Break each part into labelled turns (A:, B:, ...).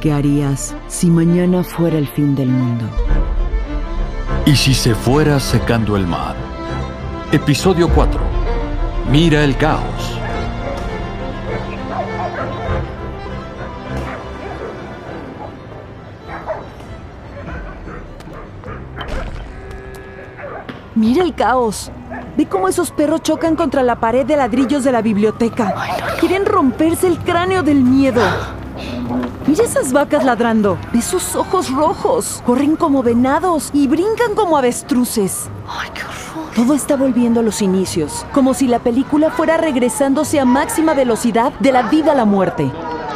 A: ¿Qué harías si mañana fuera el fin del mundo?
B: ¿Y si se fuera secando el mar? Episodio 4. Mira el caos.
A: ¡Mira el caos! Ve cómo esos perros chocan contra la pared de ladrillos de la biblioteca. Quieren romperse el cráneo del miedo. Mira esas vacas ladrando. Ve sus ojos rojos. Corren como venados y brincan como avestruces.
C: ¡Ay, qué horror!
A: Todo está volviendo a los inicios, como si la película fuera regresándose a máxima velocidad de la vida a la muerte.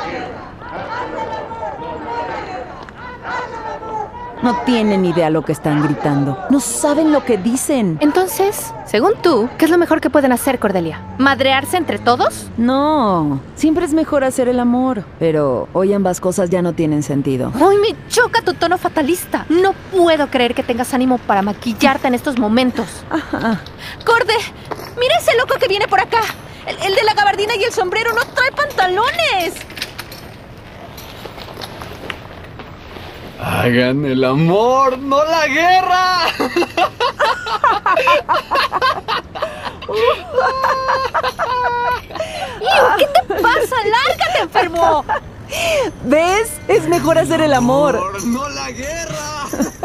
A: No tienen idea lo que están gritando. No saben lo que dicen.
C: Entonces, según tú, ¿qué es lo mejor que pueden hacer, Cordelia? ¿Madrearse entre todos?
A: No, siempre es mejor hacer el amor. Pero hoy ambas cosas ya no tienen sentido.
C: ¡Ay, me choca tu tono fatalista! No puedo creer que tengas ánimo para maquillarte en estos momentos.
A: Ajá.
C: ¡Corde! ¡Mira ese loco que viene por acá! El de la gabardina y el sombrero no trae pantalones.
D: Hagan el amor, no la guerra.
C: ¿Qué te pasa? ¡Lárgate, enfermo!
A: ¿Ves? Es mejor hacer el amor.
D: ¡No la guerra!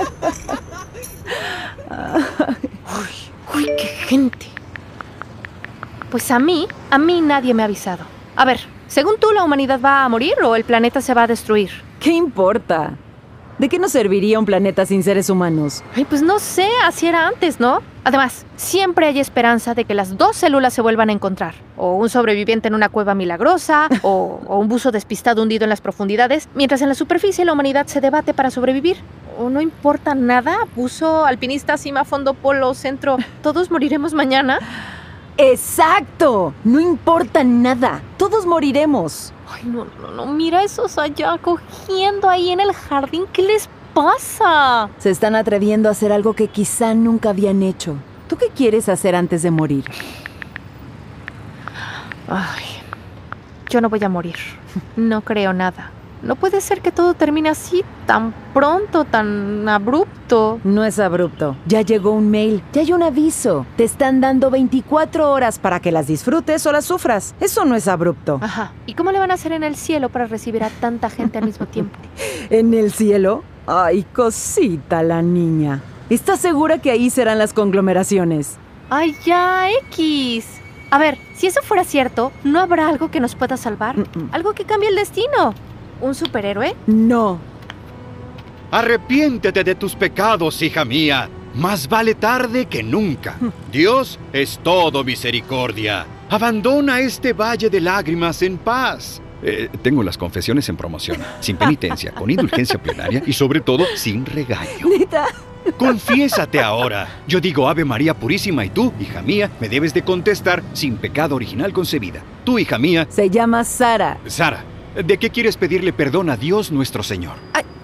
C: Uy, qué gente. Pues a mí nadie me ha avisado. A ver, según tú, ¿la humanidad va a morir o el planeta se va a destruir?
A: ¿Qué importa? ¿De qué nos serviría un planeta sin seres humanos?
C: Ay, pues no sé, así era antes, ¿no? Además, siempre hay esperanza de que las dos células se vuelvan a encontrar. O un sobreviviente en una cueva milagrosa, o un buzo despistado hundido en las profundidades, mientras en la superficie la humanidad se debate para sobrevivir. ¿O no importa nada? Buzo, alpinista, cima, fondo, polo, centro, ¿todos moriremos mañana?
A: ¡Exacto! No importa nada. Todos moriremos.
C: Ay, no, mira esos allá cogiendo ahí en el jardín. ¿Qué les pasa?
A: Se están atreviendo a hacer algo que quizá nunca habían hecho. ¿Tú qué quieres hacer antes de morir?
C: Ay, yo no voy a morir. No creo nada. No puede ser que todo termine así, tan pronto, tan abrupto.
A: No es abrupto. Ya llegó un mail, ya hay un aviso. Te están dando 24 horas para que las disfrutes o las sufras. Eso no es abrupto.
C: Ajá. ¿Y cómo le van a hacer en el cielo para recibir a tanta gente al mismo tiempo?
A: ¿En el cielo? Ay, cosita la niña. ¿Estás segura que ahí serán las conglomeraciones?
C: Ay, ya, X. A ver, si eso fuera cierto, ¿no habrá algo que nos pueda salvar? Algo que cambie el destino. ¿Un superhéroe?
A: No.
E: Arrepiéntete de tus pecados, hija mía. Más vale tarde que nunca. Dios es todo misericordia. Abandona este valle de lágrimas en paz. Tengo las confesiones en promoción, sin penitencia, con indulgencia plenaria y sobre todo sin regaño.
A: ¿Neta?
E: Confiésate ahora. Yo digo Ave María Purísima y tú, hija mía, me debes de contestar sin pecado original concebida. Tú, hija mía...
A: Se llama Sara.
E: Sara, ¿de qué quieres pedirle perdón a Dios nuestro Señor?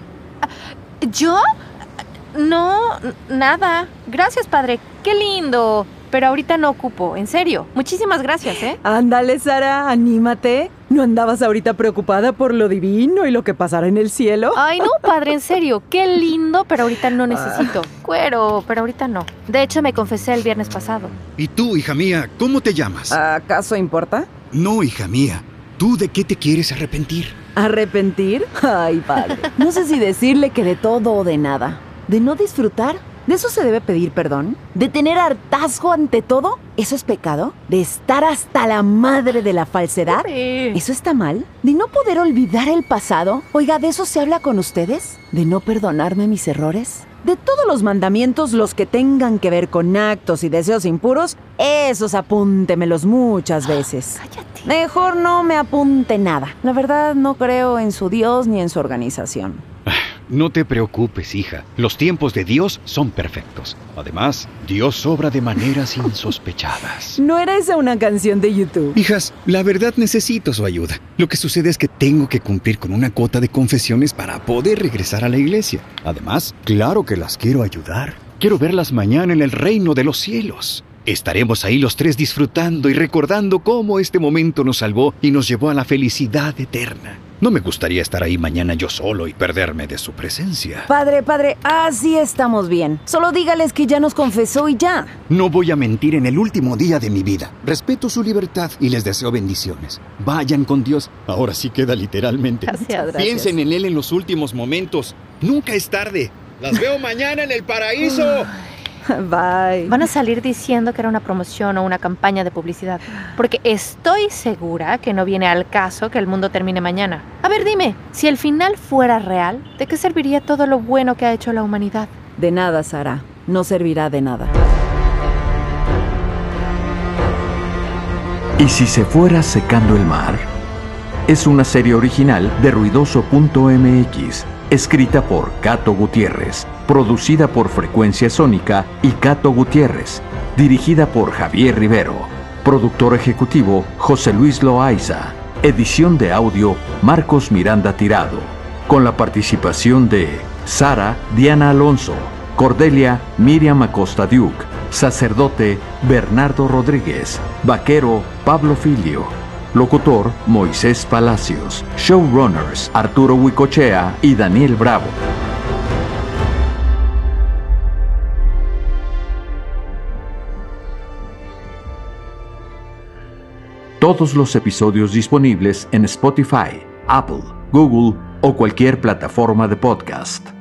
C: ¿Yo? No, nada. Gracias, padre. Qué lindo. Pero ahorita no ocupo, en serio. Muchísimas gracias, ¿eh?
A: Ándale, Sara, anímate. ¿No andabas ahorita preocupada por lo divino y lo que pasará en el cielo?
C: Ay, no, padre, en serio. Qué lindo, pero ahorita no necesito. Cuero, pero ahorita no. De hecho, me confesé el viernes pasado.
E: ¿Y tú, hija mía, cómo te llamas?
A: ¿Acaso importa?
E: No, hija mía. ¿Tú de qué te quieres arrepentir?
A: ¿Arrepentir? Ay, padre. No sé si decirle que de todo o de nada. ¿De no disfrutar? ¿De eso se debe pedir perdón? ¿De tener hartazgo ante todo? ¿Eso es pecado? ¿De estar hasta la madre de la falsedad? ¿Eso está mal? ¿De no poder olvidar el pasado? Oiga, ¿de eso se habla con ustedes? ¿De no perdonarme mis errores? De todos los mandamientos, los que tengan que ver con actos y deseos impuros, esos apúntemelos muchas veces.
C: Cállate.
A: Mejor no me apunte nada. La verdad, no creo en su Dios ni en su organización.
E: No te preocupes, hija. Los tiempos de Dios son perfectos. Además, Dios obra de maneras insospechadas.
A: ¿No era esa una canción de YouTube?
E: Hijas, la verdad necesito su ayuda. Lo que sucede es que tengo que cumplir con una cuota de confesiones para poder regresar a la iglesia. Además, claro que las quiero ayudar. Quiero verlas mañana en el reino de los cielos. Estaremos ahí los tres disfrutando y recordando cómo este momento nos salvó y nos llevó a la felicidad eterna. No me gustaría estar ahí mañana yo solo y perderme de su presencia.
A: Padre, así estamos bien. Solo dígales que ya nos confesó y ya.
F: No voy a mentir en el último día de mi vida. Respeto su libertad y les deseo bendiciones. Vayan con Dios. Ahora sí queda literalmente.
C: Gracias.
E: Piensen en Él en los últimos momentos. Nunca es tarde. Las veo mañana en el paraíso.
A: Bye.
C: Van a salir diciendo que era una promoción o una campaña de publicidad, porque estoy segura que no viene al caso que el mundo termine mañana. A ver, dime, si el final fuera real, ¿de qué serviría todo lo bueno que ha hecho la humanidad?
A: De nada, Sara. No servirá de nada.
B: ¿Y si se fuera secando el mar? Es una serie original de Ruidoso.mx, escrita por Cato Gutiérrez, producida por Frecuencia Sónica y Cato Gutiérrez, dirigida por Javier Rivero, productor ejecutivo José Luis Loaiza, edición de audio Marcos Miranda Tirado, con la participación de Sara Diana Alonso, Cordelia Miriam Acosta Duke, sacerdote Bernardo Rodríguez, vaquero Pablo Filio, locutor Moisés Palacios, showrunners Arturo Huicochea y Daniel Bravo. Todos los episodios disponibles en Spotify, Apple, Google o cualquier plataforma de podcast.